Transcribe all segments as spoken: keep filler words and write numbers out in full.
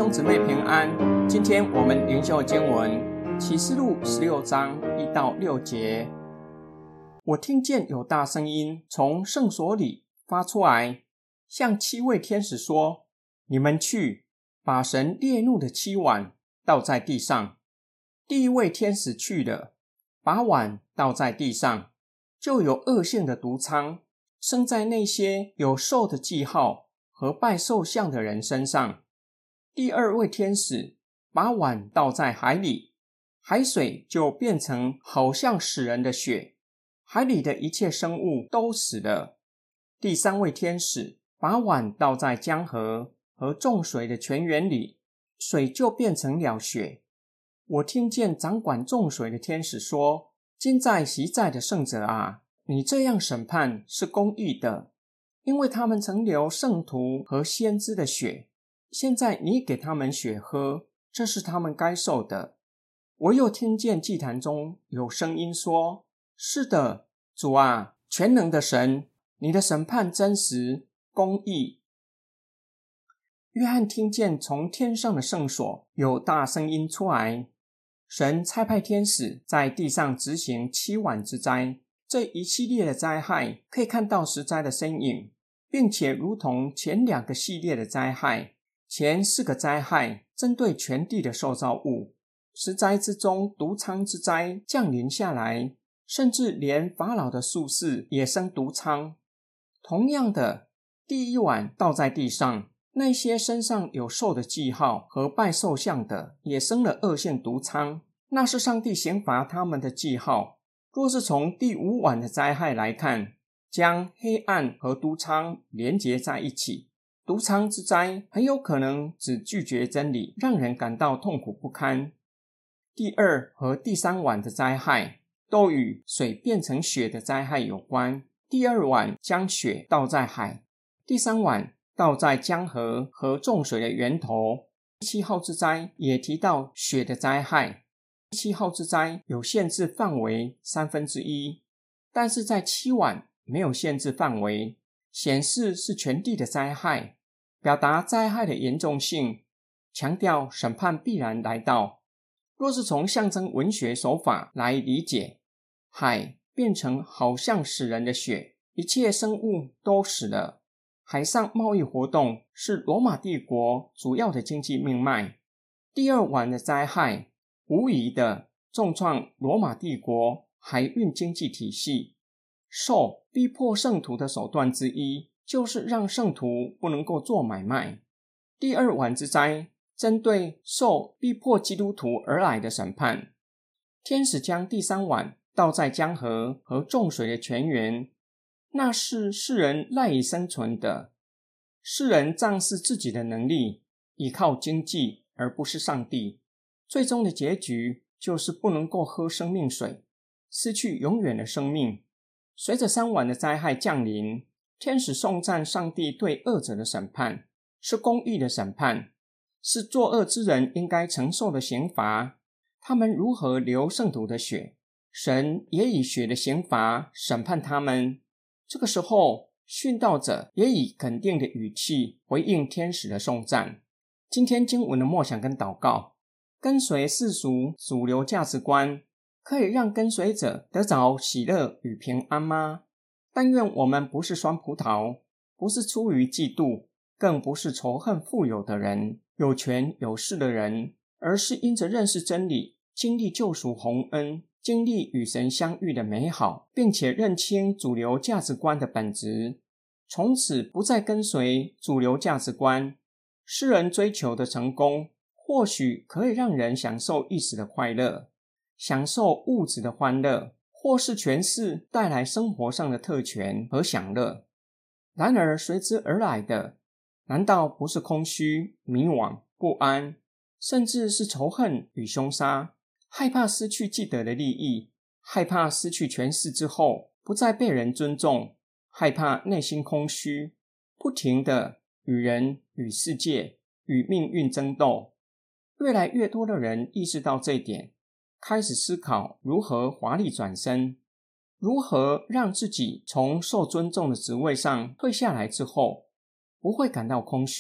兄姊妹平安。今天我们灵修经文启示录十六章一到六节。我听见有大声音从圣所里发出来，向七位天使说：你们去，把神烈怒的七碗倒在地上。第一位天使去了，把碗倒在地上，就有恶性的毒瘡生在那些有兽的记号和拜兽像的人身上。第二位天使把碗倒在海里，海水就变成好像死人的血，海里的一切生物都死了。第三位天使把碗倒在江河和众水的泉源里，水就变成了血。我听见掌管众水的天使说：今在昔在的圣者啊，你这样审判是公义的，因为他们曾流圣徒和先知的血，现在你给他们血喝，这是他们该受的。我又听见祭坛中有声音说：是的，主啊，全能的神，你的审判真实公义。约翰听见从天上的圣所有大声音出来，神差派天使在地上执行七碗之灾。这一系列的灾害可以看到十灾的身影，并且如同前两个系列的灾害，前四个灾害针对全地的受造物，十灾之中毒疮之灾降临下来，甚至连法老的术士也生毒疮。同样的，第一碗倒在地上，那些身上有兽的记号和拜兽像的也生了恶性毒疮，那是上帝刑罚他们的记号。若是从第五碗的灾害来看，将黑暗和毒疮连结在一起，毒疮之灾很有可能只拒绝真理，让人感到痛苦不堪。第二和第三碗的灾害都与水变成血的灾害有关。第二碗将血倒在海，第三碗倒在江河和众水的源头。七号之灾也提到血的灾害，七号之灾有限制范围三分之一，但是在七碗没有限制范围，显示是全地的灾害，表达灾害的严重性，强调审判必然来到。若是从象征文学手法来理解，海变成好像死人的血，一切生物都死了。海上贸易活动是罗马帝国主要的经济命脉。第二碗的灾害无疑的重创罗马帝国海运经济体系。兽逼迫圣徒的手段之一，就是让圣徒不能够做买卖。第二碗之灾针对兽逼迫基督徒而来的审判。天使将第三碗倒在江河和众水的泉源，那是世人赖以生存的。世人仗势自己的能力，依靠经济而不是上帝，最终的结局就是不能够喝生命水，失去永远的生命。随着三碗的灾害降临，天使颂赞上帝对恶者的审判，是公义的审判，是作恶之人应该承受的刑罚。他们如何流圣徒的血，神也以血的刑罚审判他们。这个时候，殉道者也以肯定的语气回应天使的颂赞。今天经文的默想跟祷告，跟随世俗主流价值观可以让跟随者得着喜乐与平安吗？但愿我们不是酸葡萄，不是出于嫉妒，更不是仇恨富有的人、有权有势的人，而是因着认识真理，经历救赎洪恩，经历与神相遇的美好，并且认清主流价值观的本质，从此不再跟随主流价值观。世人追求的成功或许可以让人享受一时的快乐，享受物质的欢乐，或是权势带来生活上的特权和享乐。然而随之而来的，难道不是空虚、迷惘、不安，甚至是仇恨与凶杀？害怕失去既得的利益，害怕失去权势之后不再被人尊重，害怕内心空虚，不停地与人、与世界、与命运争斗。越来越多的人意识到这一点，开始思考如何华丽转身，如何让自己从受尊重的职位上退下来之后，不会感到空虚，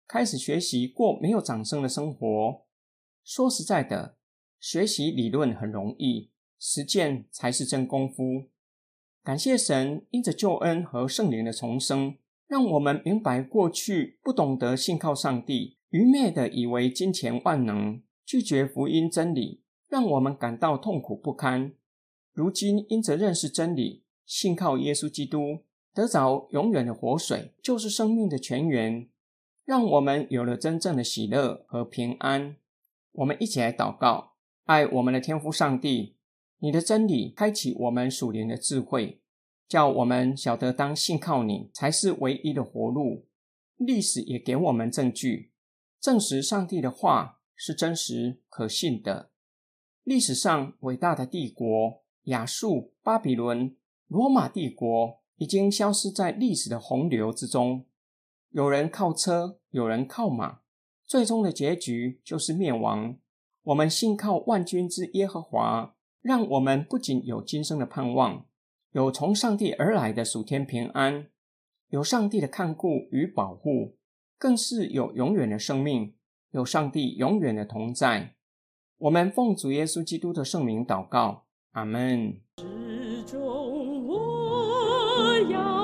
开始学习过没有掌声的生活。说实在的，学习理论很容易，实践才是真功夫。感谢神，因着救恩和圣灵的重生，让我们明白过去不懂得信靠上帝，愚昧的以为金钱万能，拒绝福音真理，让我们感到痛苦不堪。如今因着认识真理，信靠耶稣基督，得着永远的活水，就是生命的泉源，让我们有了真正的喜乐和平安。我们一起来祷告。爱我们的天父上帝，你的真理开启我们属灵的智慧，叫我们晓得当信靠你才是唯一的活路。历史也给我们证据，证实上帝的话是真实可信的。历史上伟大的帝国亚述、巴比伦、罗马帝国已经消失在历史的洪流之中。有人靠车，有人靠马，最终的结局就是灭亡。我们信靠万军之耶和华，让我们不仅有今生的盼望，有从上帝而来的属天平安，有上帝的看顾与保护，更是有永远的生命，有上帝永远的同在。我们奉主耶稣基督的圣名祷告，阿们。